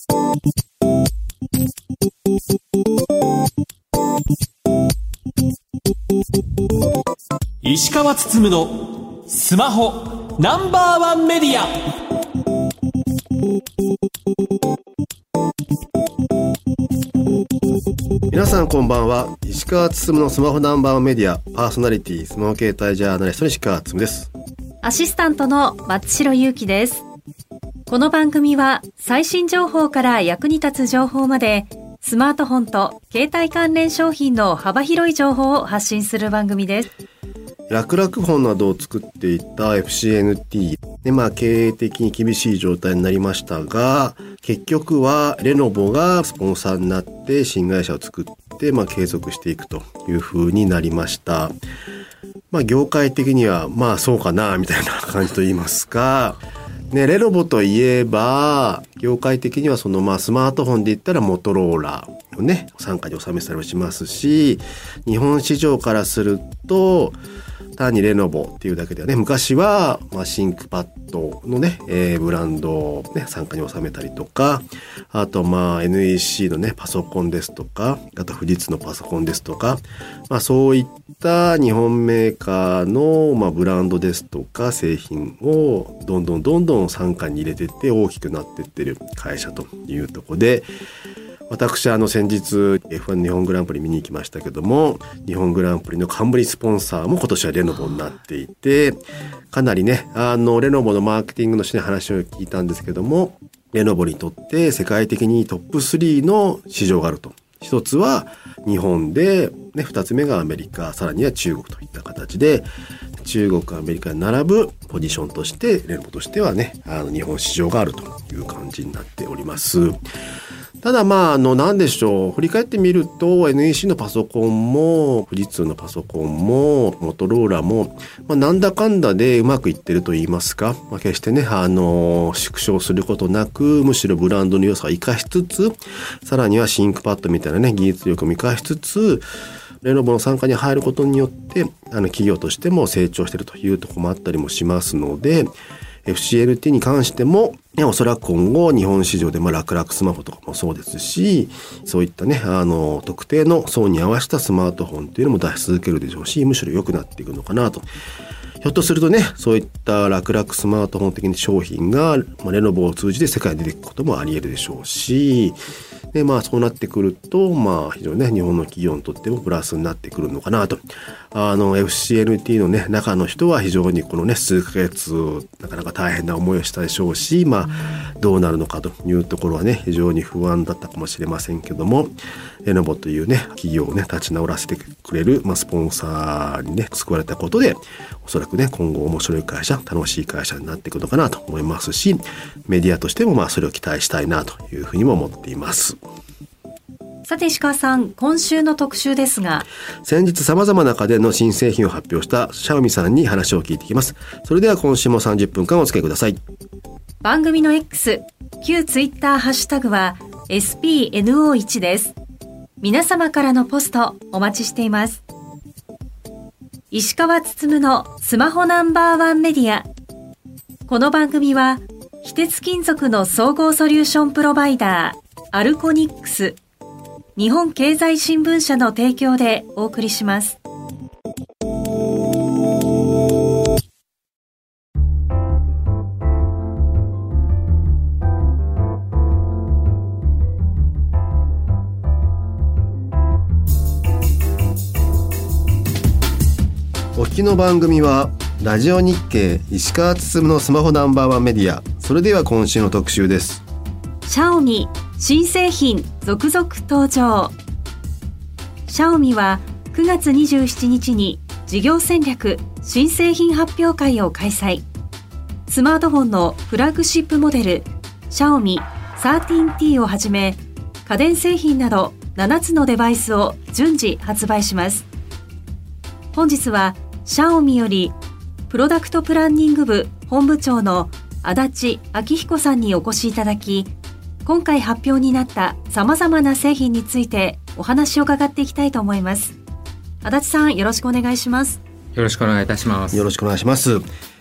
石川つつむのスマホナンバーワンメディア。 皆さんこんばんは。石川つつむのスマホナンバーワンメディアパーソナリティスマホ携帯ジャーナリストの石川つつむです。 アシスタントの松代ゆうきです。この番組は最新情報から役に立つ情報までスマートフォンと携帯関連商品の幅広い情報を発信する番組です。 楽々フォンなどを作っていた FCNT で、経営的に厳しい状態になりましたが、結局はレノボがスポンサーになって新会社を作って、継続していくという風になりました。業界的にはそうかなみたいな感じと言いますか、レノボといえば業界的にはそのスマートフォンで言ったらモトローラを傘下に収めたりもしますし、日本市場からすると単にレノボっていうだけでは昔はシンクパッドのブランドを傘下に収めたりとか、あとNEC のパソコンですとか、あと富士通のパソコンですとか、そういった日本メーカーのブランドですとか製品をどんどん傘下に入れていって大きくなっていってる会社というところで、私先日 F1 日本グランプリ見に行きましたけども、日本グランプリの冠スポンサーも今年はレノボになっていて、かなりレノボのマーケティングの人に話を聞いたんですけども、レノボにとって世界的にトップ3の市場があると。一つは日本で、二つ目がアメリカ、さらには中国といった形で、中国アメリカに並ぶポジションとしてレノボとしては日本市場があるという感じになっております。ただなんでしょう、振り返ってみると NEC のパソコンも富士通のパソコンもモトローラも、なんだかんだでうまくいってると言いますか、決して縮小することなく、むしろブランドの良さを生かしつつ、さらにはシンクパッドみたいな技術力を生かしつつ、レノボの傘下に入ることによって企業としても成長しているというところもあったりもしますので、FCNT に関してもおそらく今後日本市場で楽々スマホとかもそうですし、そういった特定の層に合わせたスマートフォンというのも出し続けるでしょうし、むしろ良くなっていくのかなと。ひょっとするとそういった楽々スマートフォン的な商品がレノボを通じて世界に出ていくこともあり得るでしょうし、でそうなってくると非常に日本の企業にとってもプラスになってくるのかなと。FCNT の中の人は非常にこの数ヶ月なかなか大変な思いをしたでしょうし、どうなるのかというところは非常に不安だったかもしれませんけども、レノボという企業を立ち直らせてくれるスポンサーに救われたことで、おそらく今後面白い会社、楽しい会社になっていくのかなと思いますし、メディアとしてもそれを期待したいなというふうにも思っています。 さて石川さん、今週の特集ですが、 先日様々な家電の新製品を発表したシャオミさんに話を聞いていきます。それでは今週も30分間お付き合いください。 番組の X、旧ツイッターハッシュタグは SPNO1 です。皆様からのポストお待ちしています。石川つつむのスマホナンバーワンメディア。この番組は非鉄金属の総合ソリューションプロバイダーアルコニックス、日本経済新聞社の提供でお送りします。 お聞きの番組はラジオ日経石川つつむのスマホナンバーワンメディア。それでは今週の特集です。 シャオミ新製品続々登場。シャオミは9月27日に事業戦略新製品発表会を開催。スマートフォンのフラッグシップモデルシャオミ 13T をはじめ、家電製品など7つのデバイスを順次発売します。本日はシャオミよりプロダクトプランニング部本部長の足立昭彦さんにお越しいただき、今回発表になった様々な製品についてお話を伺っていきたいと思います。足立さん、よろしくお願いします。 よろしくお願いいたします。 よろしくお願いします。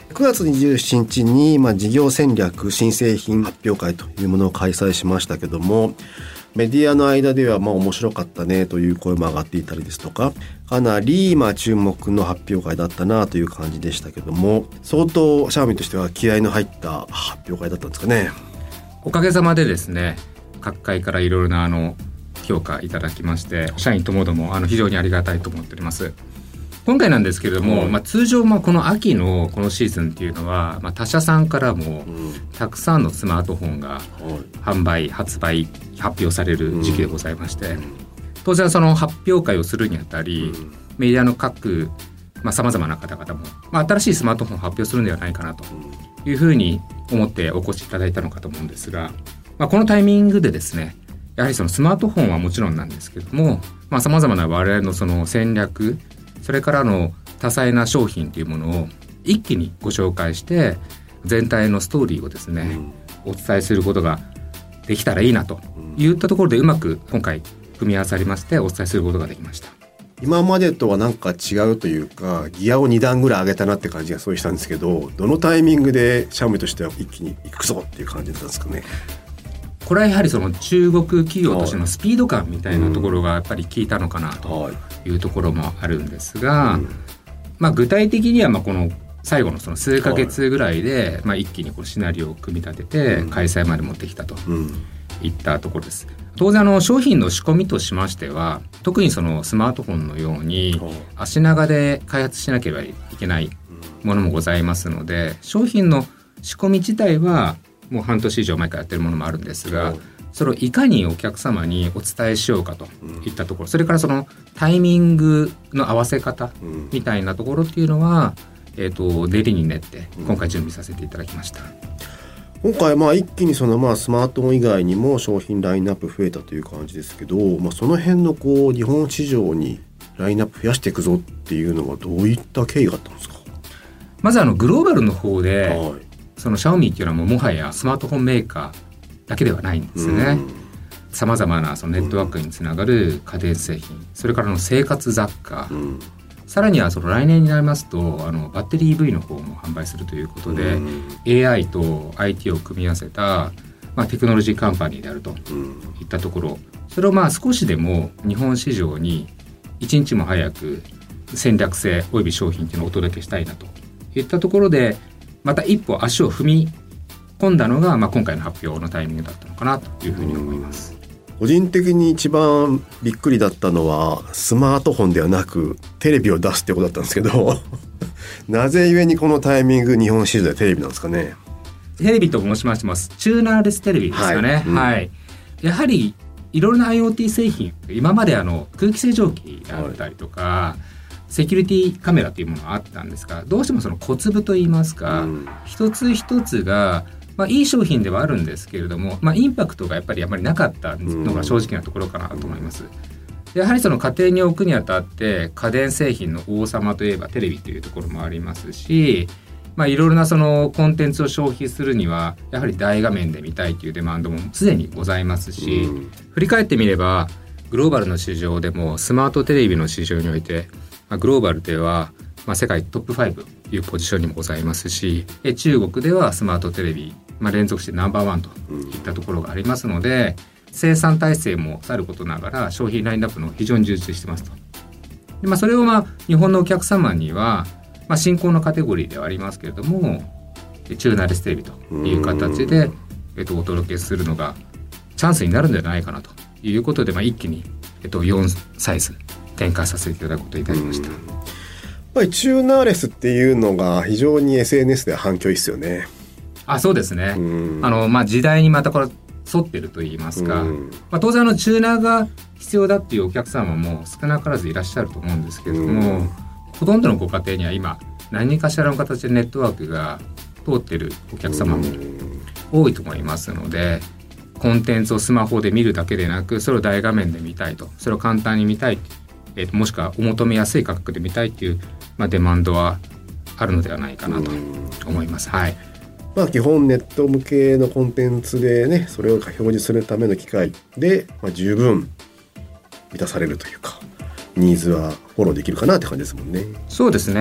9月27日に、事業戦略新製品発表会というものを開催しましたけども、メディアの間では面白かったねという声も上がっていたりですとか、かなり注目の発表会だったなという感じでしたけども、相当シャオミとしては気合いの入った発表会だったんですかね。 おかげさまでですね、各界からいろいろな評価いただきまして、社員ともども非常にありがたいと思っております。今回なんですけれども、通常この秋のこのシーズンっていうのは、他社さんからもたくさんのスマートフォンが販売発売発表される時期でございまして、当然その発表会をするにあたり、メディアの各さまざまな方々も、新しいスマートフォンを発表するのではないかなというふうに思ってお越しいただいたのかと思うんですが、このタイミングでですね、やはりそのスマートフォンはもちろんなんですけども、さまざまな我々のその戦略、それから多彩な商品というものを一気にご紹介して、全体のストーリーをですね、お伝えすることができたらいいなといったところで、うまく今回組み合わさりましてお伝えすることができました。 今までとはなんか違うというか、ギアを2段ぐらい上げたなって感じがそうしたんですけど、どのタイミングでシャオミとしては一気に行くぞっていう感じだったんですかね。 これはやはりその中国企業としてのスピード感みたいなところがやっぱり効いたのかなというところもあるんですが、具体的にはこの最後のその数ヶ月ぐらいで一気にシナリオを組み立てて開催まで持ってきたといったところです。当然商品の仕込みとしましては、特にそのスマートフォンのように足長で開発しなければいけないものもございますので、商品の仕込み自体はもう半年以上前からやってるものもあるんですが、それをいかにお客様にお伝えしようかといったところ、それからそのタイミングの合わせ方みたいなところっていうのは、練りに練って今回準備させていただきました。 今回一気にそのスマートフォン以外にも商品ラインナップ増えたという感じですけど、その辺の日本市場にラインナップ増やしていくぞっていうのはどういった経緯があったんですか。 まずグローバルの方で、そのシャオミっていうのはもはやスマートフォンメーカーだけではないんですね。さまざまなそのネットワークにつながる家電製品、それから生活雑貨、さらにはその来年になりますとバッテリー EV の方も販売するということで、AI と IT を組み合わせた、テクノロジーカンパニーであるといったところ、それを少しでも日本市場に一日も早く戦略性および商品というのをお届けしたいなといったところで、また一歩足を踏み込んだのが、今回の発表のタイミングだったのかなというふうに思います。 個人的に一番びっくりだったのはスマートフォンではなくテレビを出すってことだったんですけどなぜゆえにこのタイミング日本市場でテレビなんですかね。 テレビと申しましてもチューナーレステレビですかね。やはりいろいろな IoT 製品、今まで空気清浄機であったりとか、セキュリティカメラというものがあったんですが、どうしてもその小粒といいますか、一つ一つがいい商品ではあるんですけれども、インパクトがやっぱりあまりなかったのが正直なところかなと思います。やはりその家庭に置くにあたって家電製品の王様といえばテレビというところもありますし、いろいろなそのコンテンツを消費するにはやはり大画面で見たいというデマンドもすでにございますし、振り返ってみればグローバルの市場でもスマートテレビの市場において、グローバルでは世界トップ5というポジションにもございますし、中国ではスマートテレビ、連続してナンバーワンといったところがありますので、生産体制もさることながら商品ラインナップの非常に充実してますと。で、それを日本のお客様には、新興のカテゴリーではありますけれどもチューナーレステレビという形で、お届けするのがチャンスになるんじゃないかなということで、一気に、4サイズ展開させていただくことになりました。 やっぱりチューナーレスっていうのが非常に SNS で反響いいですよね。 そうですね。時代にまたこれ沿ってると言いますか、当然チューナーが必要だっていうお客様も少なからずいらっしゃると思うんですけれども、ほとんどのご家庭には今何かしらの形でネットワークが通ってるお客様も多いと思いますので、コンテンツをスマホで見るだけでなく、それを大画面で見たいと、それを簡単に見たい、もしくはお求めやすい価格で見たいという、デマンドはあるのではないかなと思います。 基本ネット向けのコンテンツでね、それを表示するための機械で、十分満たされるというか、ニーズはフォローできるかなって感じですもんね。 そうですね。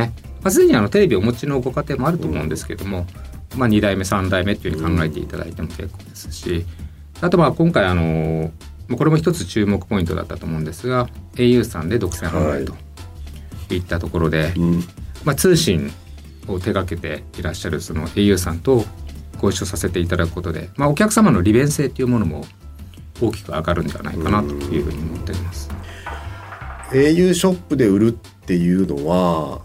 すでにテレビをお持ちのご家庭もあると思うんですけども、2代目3代目っていうふうに考えていただいても結構ですし、あと今回これも一つ注目ポイントだったと思うんですが au さんで独占販売といったところで、通信を手掛けていらっしゃるその au さんとご一緒させていただくことで、お客様の利便性というものも大きく上がるんではないかなというふうに思っています。 au ショップで売るっていうのは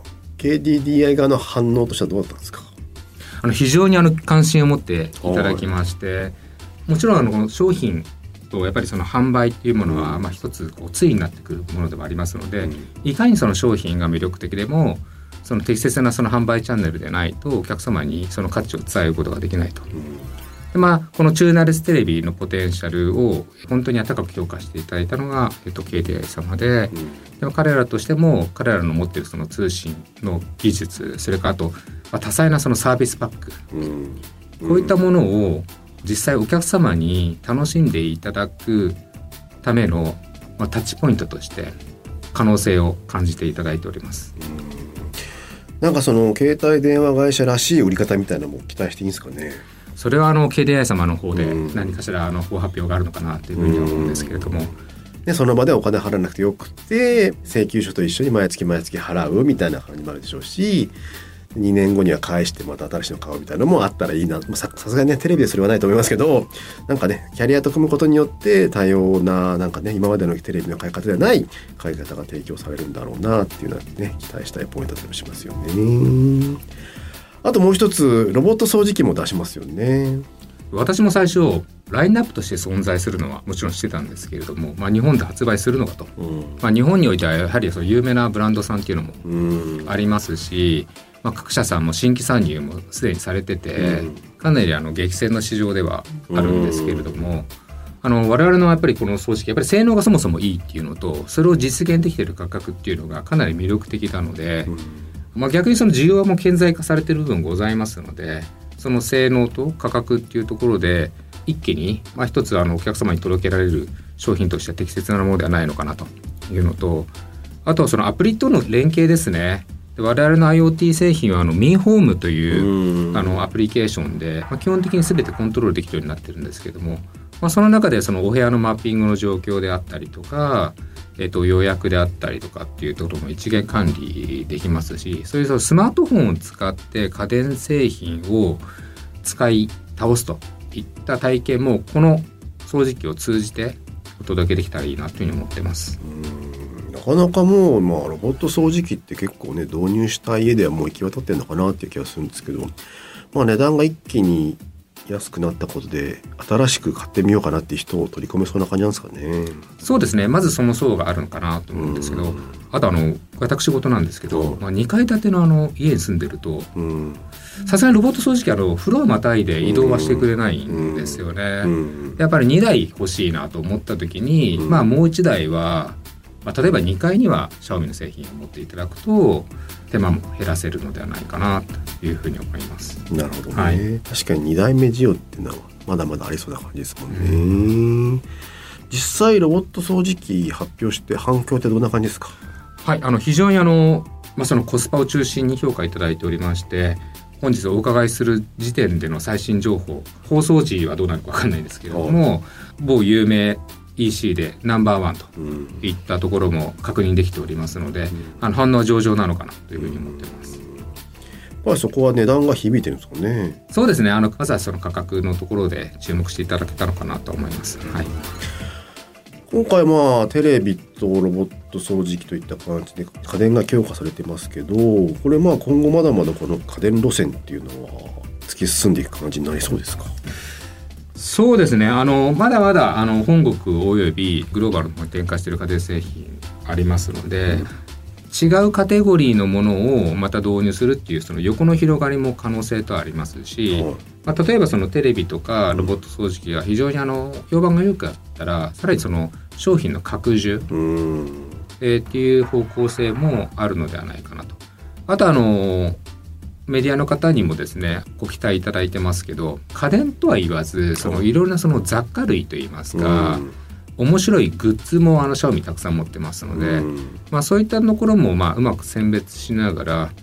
KDDI 側の反応としてはどうだったんですか？ 非常に関心を持っていただきまして、もちろん商品とやっぱりその販売っていうものは一つ対になってくるものでもありますので、いかにその商品が魅力的でもその適切なその販売チャンネルでないとお客様にその価値を伝えることができないと。でこのチューナレステレビのポテンシャルを本当に高く評価していただいたのが、KDDI 様で、でも彼らとしても彼らの持っているその通信の技術、それからあと多彩なそのサービスパック、こういったものを実際お客様に楽しんでいただくための、タッチポイントとして可能性を感じていただいております。 なんかその携帯電話会社らしい売り方みたいなのも期待していいんですかね？ それはKDDI 様の方で何かしらご発表があるのかなというふうには思うんですけれども、 でその場でお金払わなくてよくて請求書と一緒に毎月毎月払うみたいな感じもあるでしょうし、2年後には返してまた新しいの買うみたいなのもあったらいいな。さすがにねテレビでそれはないと思いますけど、なんかねキャリアと組むことによって多様ななんかね今までのテレビの買い方ではない買い方が提供されるんだろうなっていうのはね期待したいポイントだったりしますよね。あともう一つロボット掃除機も出しますよね。 私も最初ラインナップとして存在するのはもちろんしてたんですけれども、日本で発売するのかと、日本においてはやはりその有名なブランドさんっていうのもありますし、各社さんも新規参入もすでにされてて、かなり激戦の市場ではあるんですけれども、我々のやっぱりこの掃除機やっぱり性能がそもそもいいっていうのと、それを実現できている価格っていうのがかなり魅力的なので、逆にその需要はもう顕在化されている部分ございますので、その性能と価格っていうところで一気に、一つお客様に届けられる商品としては適切なものではないのかなというのと、あとはそのアプリとの連携ですね。我々の IoT 製品はミンホームというアプリケーションで、基本的に全てコントロールできるようになってるんですけども、その中でそのお部屋のマッピングの状況であったりとか、予約であったりとかっていうところも一元管理できますし、そういうそのスマートフォンを使って家電製品を使い倒すといった体験もこの掃除機を通じてお届けできたらいいなというふうに思ってます。 なかなかもう、ロボット掃除機って結構ね導入した家ではもう行き渡ってるのかなっていう気がするんですけど、値段が一気に安くなったことで新しく買ってみようかなっていう人を取り込めそうな感じなんですかね。 そうですね、まずその層があるのかなと思うんですけど、あと私事なんですけど、2階建ての家に住んでるとさすがにロボット掃除機フロアまたいで移動はしてくれないんですよね。やっぱり2台欲しいなと思った時に、もう1台は例えば2階にはシャオミの製品を持っていただくと手間も減らせるのではないかなというふうに思います。 なるほどね、確かに2代目需要っていうのはまだまだありそうな感じですもんね。実際ロボット掃除機発表して反響ってどんな感じですか？ はい、非常にそのコスパを中心に評価いただいておりまして、本日お伺いする時点での最新情報、放送時はどうなるか分かんないんですけれども、某有名EC でナンバーワンといったところも確認できておりますので、反応は上々なのかなというふうに思っています。 やっぱりそこは値段が響いてるんですかね。 そうですね、まずはその価格のところで注目していただけたのかなと思います。はい、 今回テレビとロボット掃除機といった感じで家電が強化されてますけど、これ今後まだまだこの家電路線っていうのは突き進んでいく感じになりそうですか？ そうですね、まだまだ本国およびグローバルの方に展開している家電製品ありますので、違うカテゴリーのものをまた導入するっていうその横の広がりも可能性とありますし、例えばそのテレビとかロボット掃除機が非常に評判が良くあったら、さらにその商品の拡充っていう方向性もあるのではないかなと。あとメディアの方にもですねご期待いただいてますけど、家電とは言わずいろいろなその雑貨類といいますか、面白いグッズもシャオミたくさん持ってますので、そういったところもうまく選別しながら、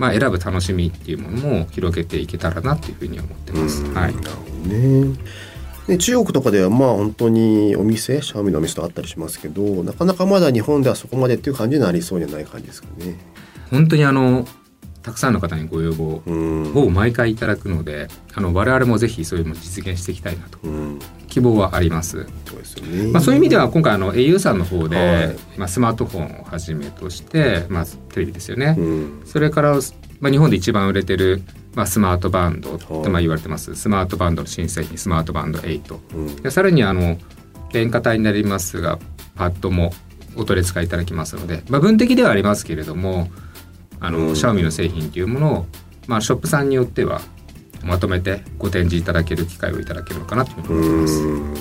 選ぶ楽しみっていうものも広げていけたらなっていうふうに思ってます。はい、 なるほどね。で中国とかでは本当にお店、シャオミのお店とあったりしますけど、なかなかまだ日本ではそこまでっていう感じになりそうじゃない感じですかね。 本当にたくさんの方にご要望を毎回いただくので、我々もぜひそういうのを実現していきたいなと希望はあります。 そうですよね。 そういう意味では今回au さんの方で、スマートフォンをはじめとして、テレビですよね、それから、日本で一番売れてる、スマートバンドと言われてますスマートバンドの新製品スマートバンド8、でさらに廉価帯になりますがパッドもお取り扱いいただきますので、分的ではありますけれどもシャオミの製品というものを、ショップさんによってはまとめてご展示いただける機会をいただけるのかなというふうに思います。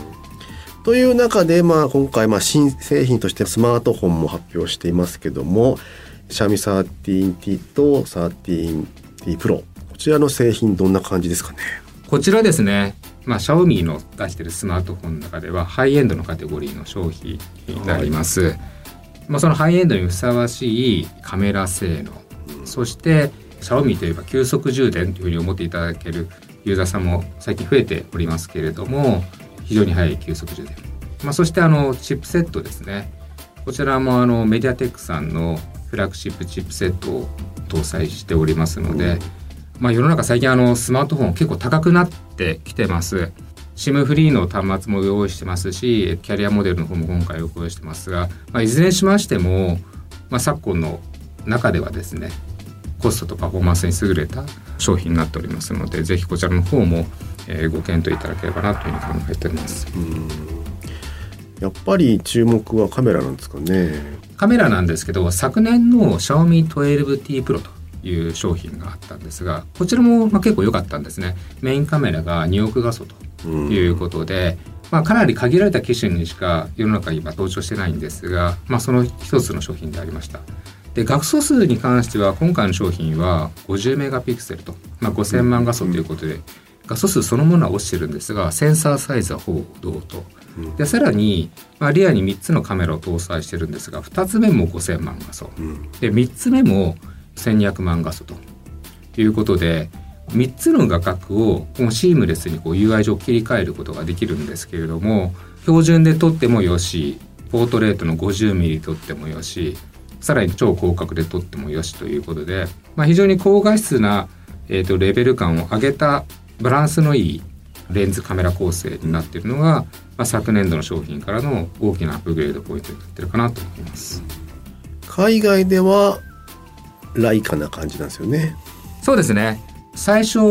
という中で、今回新製品としてスマートフォンも発表していますけども、シャオミ 13T と 13T Pro、 こちらの製品どんな感じですかね。 こちらですね、シャオミの出しているスマートフォンの中ではハイエンドのカテゴリーの商品になります、そのハイエンドにふさわしいカメラ性能、そしてシャオミといえば急速充電というふうに思っていただけるユーザーさんも最近増えておりますけれども、非常に速い急速充電、そしてチップセットですね。こちらもメディアテックさんのフラッグシップチップセットを搭載しておりますので、世の中最近スマートフォン結構高くなってきてます。SIM フリーの端末も用意してますし、キャリアモデルの方も今回用意してますが、いずれにしましても、昨今の中ではですね、コストとパフォーマンスに優れた商品になっておりますので、ぜひこちらの方もご検討いただければなというふうに考えております。 やっぱり注目はカメラなんですかね。 カメラなんですけど、昨年の Xiaomi 12T Pro という商品があったんですが、こちらも結構良かったんですね。メインカメラが2億画素ということで、かなり限られた機種にしか世の中に今登場してないんですが、その一つの商品でありました。で、画素数に関しては今回の商品は50メガピクセルと、5000万画素ということで、画素数そのものは落ちてるんですが、センサーサイズはほぼ同等で、さらに、リアに3つのカメラを搭載してるんですが、2つ目も5000万画素、で3つ目も1200万画素ということで、3つの画角をシームレスにUI 上切り替えることができるんですけれども、標準で撮ってもよし、ポートレートの 50mm 撮ってもよし、さらに超広角で撮ってもよしということで、非常に高画質な、レベル感を上げたバランスのいいレンズカメラ構成になっているのが、昨年度の商品からの大きなアップグレードポイントになっているかなと思います。 海外ではライカな感じなんですよね。 そうですね。最初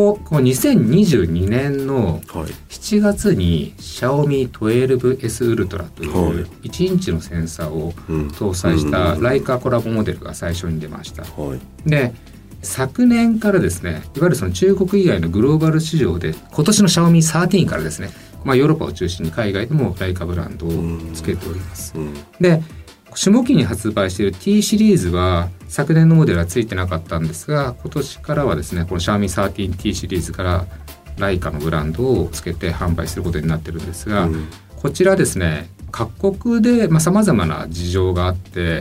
2022年の7月に Xiaomi 12S ウルトラという1インチのセンサーを搭載したライカコラボモデルが最初に出ました。で、昨年からですね、いわゆるその中国以外のグローバル市場で今年の Xiaomi 13からですね、ヨーロッパを中心に海外でもライカブランドをつけております。で、下期に発売している T シリーズは昨年のモデルはついてなかったんですが、今年からはですね、この Xiaomi 13T シリーズからライカのブランドをつけて販売することになってるんですが、こちらですね、各国で様々な事情があって、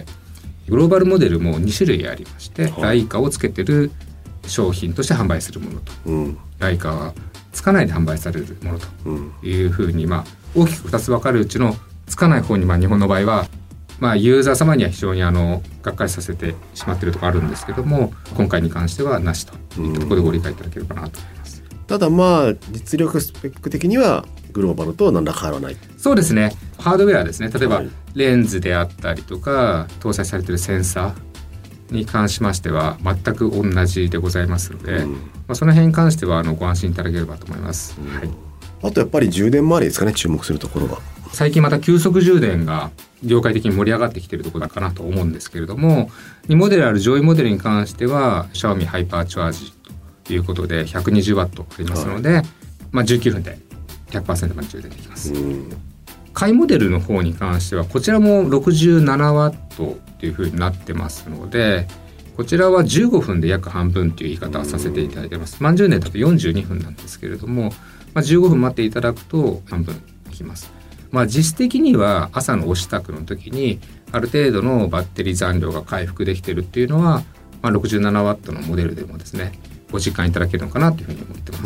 グローバルモデルも2種類ありまして、ライカをつけてる商品として販売するものと、ライカはつかないで販売されるものというふうに、大きく2つ分かるうちのつかない方に、日本の場合はユーザー様には非常にがっかりさせてしまっているところあるんですけども、今回に関してはなしといったところでご理解いただければなと思います。 ただ実力スペック的にはグローバルと何ら変わらない。 そうですね。ハードウェアですね。例えばレンズであったりとか搭載されているセンサーに関しましては全く同じでございますので、その辺に関してはご安心いただければと思います。 あとやっぱり充電周りですかね、注目するところは。 最近また急速充電が業界的に盛り上がってきているところかなと思うんですけれども、2モデルある上位モデルに関しては Xiaomi ハイパーチャージということで 120W ありますので、19分で 100% まで充電できます。下位モデルの方に関してはこちらも 67W というふうになってますので、こちらは15分で約半分という言い方をさせていただいています。満充電だと42分なんですけれども、15分待っていただくと半分できます。実質的には朝のお支度の時にある程度のバッテリー残量が回復できているっていうのは 67W のモデルでもですねご実感いただけるのかなというふうに思ってます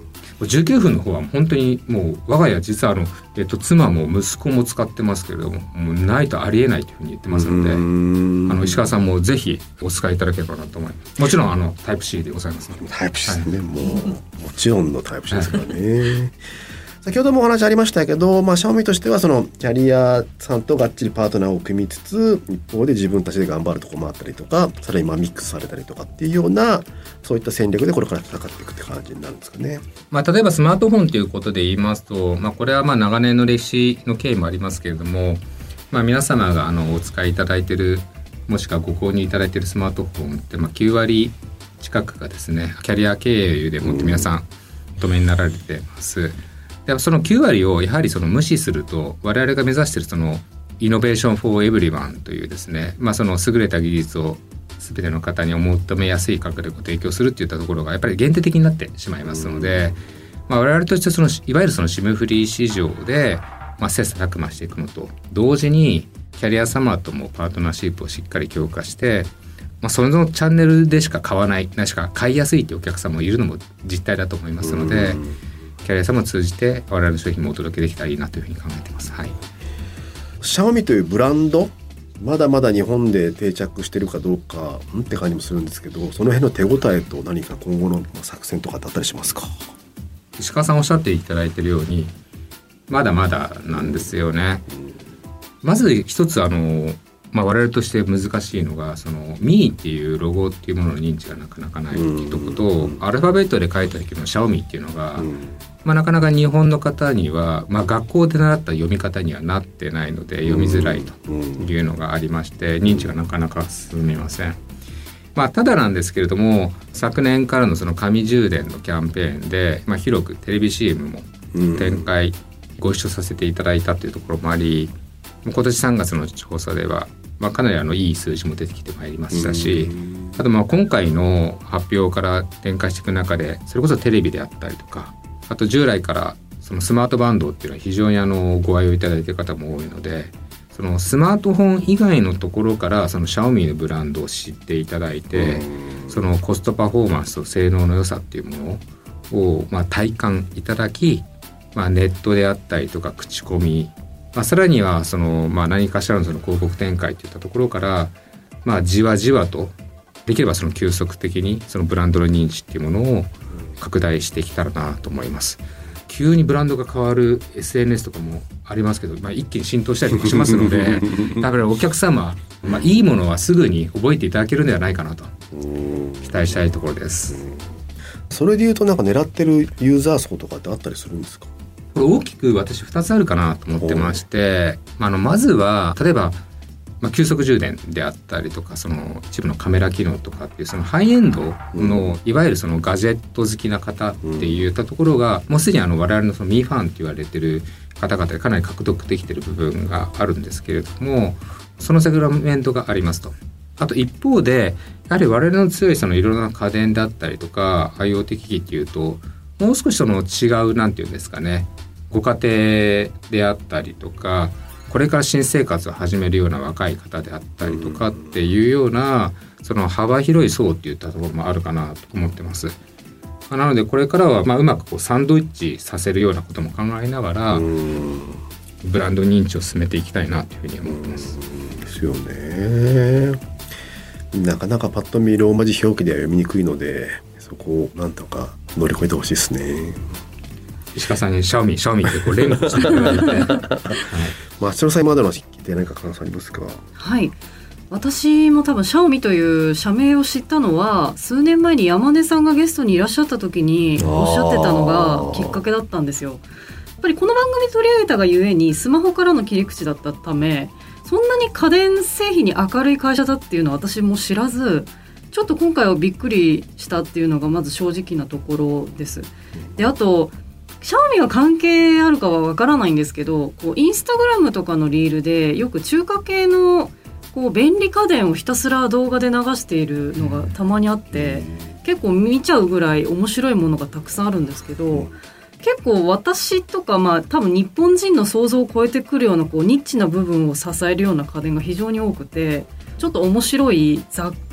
。19分の方は本当にもう我が家実は妻も息子も使ってますけれども、もうないとありえないというふうに言ってますので、石川さんもぜひお使いいただければなと思います。もちろんタイプ C でございますので。 タイプ C ですね、はい、もちろんのタイプ C ですからね。先ほどもお話ありましたけど、シャオミとしてはそのキャリアさんとがっちりパートナーを組みつつ、一方で自分たちで頑張るところもあったりとか、さらにミックスされたりとかっていうような、そういった戦略でこれから戦っていくって感じになるんですかね。 例えばスマートフォンということで言いますと、これは長年の歴史の経緯もありますけれども、皆様がお使いいただいている、もしくはご購入いただいているスマートフォンって9割近くがですねキャリア経由でもって皆さんお止めになられてます。でその9割をやはり無視すると、我々が目指しているイノベーションフォーエブリワンというですね、その優れた技術を全ての方にお求めやすい価格でご提供するっていったところがやっぱり限定的になってしまいますので、我々としていわゆるSIMフリー市場で切磋琢磨していくのと同時に、キャリア様ともパートナーシップをしっかり強化して、そのチャンネルでしか買わない、しか買いやすいというお客様もいるのも実態だと思いますので、キャリア様を通じて我々の商品もお届けできたらいいなというふうに考えています。はい。 シャオミというブランド、まだまだ日本で定着してるかどうかって感じもするんですけど、その辺の手応えと何か今後の作戦とかだったりしますか？ 石川さんおっしゃっていただいているように、まだまだなんですよね。まず一つ我々として難しいのがミーっていうロゴっていうものの認知がなかなかないっていうところと、アルファベットで書いた時のシャオミっていうのが、なかなか日本の方には、学校で習った読み方にはなってないので読みづらいというのがありまして、認知がなかなか進みません。ただなんですけれども、昨年からの紙充電のキャンペーンで、広くテレビ CM も展開ご一緒させていただいたというところもあり、今年3月の調査ではかなりいい数字も出てきてまいりましたし、あと今回の発表から展開していく中で、それこそテレビであったりとか、あと従来からスマートバンドっていうのは非常にご愛用いただいている方も多いので、スマートフォン以外のところからシャオミのブランドを知っていただいて、コストパフォーマンスと性能の良さっていうものを体感いただき、ネットであったりとか口コミ、さらには何かしらの広告展開といったところから、じわじわとできれば急速的にブランドの認知っていうものを拡大してきたらなと思います。急にブランドが変わる SNS とかもありますけど、一気に浸透したりとかしますのでだからお客様、いいものはすぐに覚えていただけるんではないかなと期待したいところです。 それでいうと狙ってるユーザー層とかってあったりするんですか？ これ大きく私2つあるかなと思ってまして、まずは例えば、急速充電であったりとか、一部のカメラ機能とかっていうハイエンドの、いわゆるガジェット好きな方っていったところが、もうすでに我々のミーファンって言われてる方々でかなり獲得できてる部分があるんですけれども、そのセグメントがありますと。あと一方で、やはり我々の強いいろいろな家電だったりとか IoT 機器っていうと、もう少し違うなんていうんですかね、ご家庭であったりとか、これから新生活を始めるような若い方であったりとかっていうような幅広い層っていったところもあるかなと思ってます。なのでこれからはうまくサンドイッチさせるようなことも考えながらブランド認知を進めていきたいなというふうに思ってます。 ですよね。なかなかパッと見ローマ字表記では読みにくいので、そこをなんとか乗り越えてほしいですね。 石川さんにシャオミって連呼していただいて、はい、 松代さんまでの聞いて何か感想ありますか？ はい、私も多分シャオミという社名を知ったのは数年前に山根さんがゲストにいらっしゃった時におっしゃってたのがきっかけだったんですよ。やっぱりこの番組取り上げたがゆえにスマホからの切り口だったため、そんなに家電製品に明るい会社だっていうのは私も知らず、ちょっと今回はびっくりしたっていうのがまず正直なところです。で、あとシャオミが関係あるかはわからないんですけど、インスタグラムとかのリールでよく中華系の便利家電をひたすら動画で流しているのがたまにあって、結構見ちゃうぐらい面白いものがたくさんあるんですけど、結構私とか多分日本人の想像を超えてくるようなニッチな部分を支えるような家電が非常に多くて、ちょっと面白い雑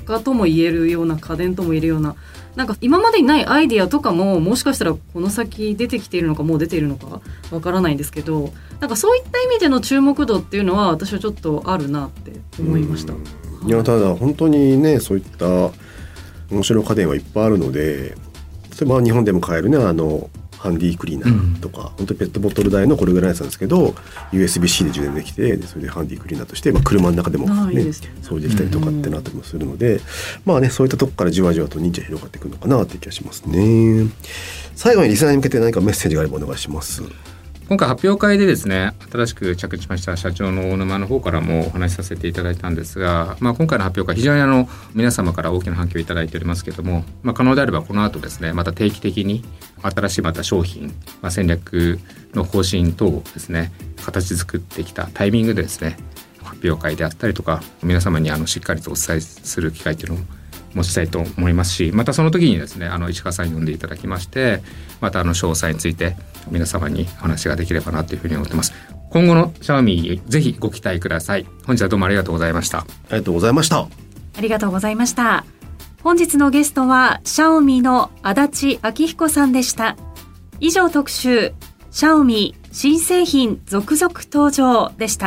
家とも言えるような、家電とも言えるような、なんか今までにないアイディアとかももしかしたらこの先出てきているのかもう出ているのかわからないんですけど、なんかそういった意味での注目度っていうのは私はちょっとあるなって思いました。 いや、ただ本当にね、そういった面白い家電はいっぱいあるので、例えば日本でも買えるね、ハンディクリーナーとか、本当にペットボトル代のこれぐらいなんですけど USB-C で充電できて、それでハンディクリーナーとして、車の中でも、ね、掃除できたりとかってなったりもするので、まあね、そういったとこからじわじわと認知が広がっていくのかなっていう気がしますね。最後にリスナーに向けて何かメッセージがあればお願いします。 今回発表会でですね、新しく着任しました社長の大沼の方からもお話しさせていただいたんですが、今回の発表会非常に皆様から大きな反響をいただいておりますけれども、可能であればこの後ですね、また定期的に新しいまた商品、戦略の方針等をですね、形作ってきたタイミングでですね、発表会であったりとか皆様にしっかりとお伝えする機会というのを持ちたいと思いますし、またその時にですね、石川さん呼んでいただきまして、また詳細について皆様にお話ができればなというふうに思ってます。今後のシャオミぜひご期待ください。本日はどうもありがとうございました。 ありがとうございました。 ありがとうございました。本日のゲストはシャオミの足立昭彦さんでした。以上特集、シャオミ新製品続々登場でした。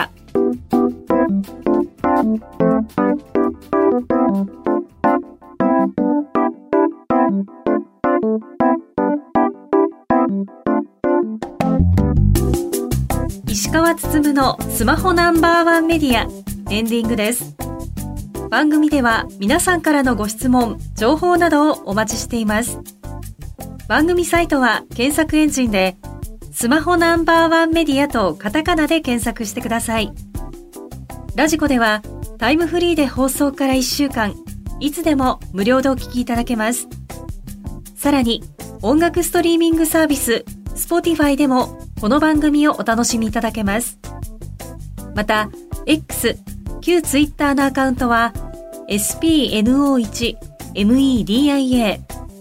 石川つつむのスマホナンバーワンメディア、エンディングです。番組では皆さんからのご質問、情報などをお待ちしています。番組サイトは検索エンジンでスマホナンバーワンメディアとカタカナで検索してください。ラジコではタイムフリーで放送から1週間、いつでも無料でお聞きいただけます。さらに音楽ストリーミングサービス Spotify でもこの番組をお楽しみいただけます。また X、旧 Twitter のアカウントは SPNO1MEDIA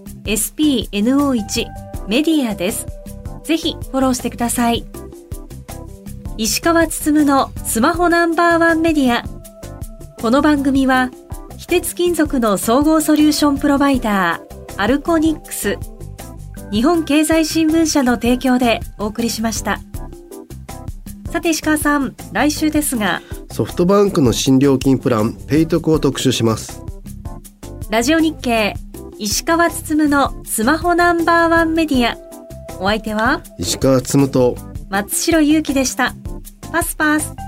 SPNO1 メディアです。ぜひフォローしてください。石川つつむのスマホナンバーワンメディア。この番組は非鉄金属の総合ソリューションプロバイダーアルコニックス、日本経済新聞社の提供でお送りしました。さて石川さん、来週ですがソフトバンクの新料金プランペイトクを特集します。 ラジオ日経石川つつむのスマホナンバーワンメディア。お相手は石川つつむと松代ゆうきでした。パスパス。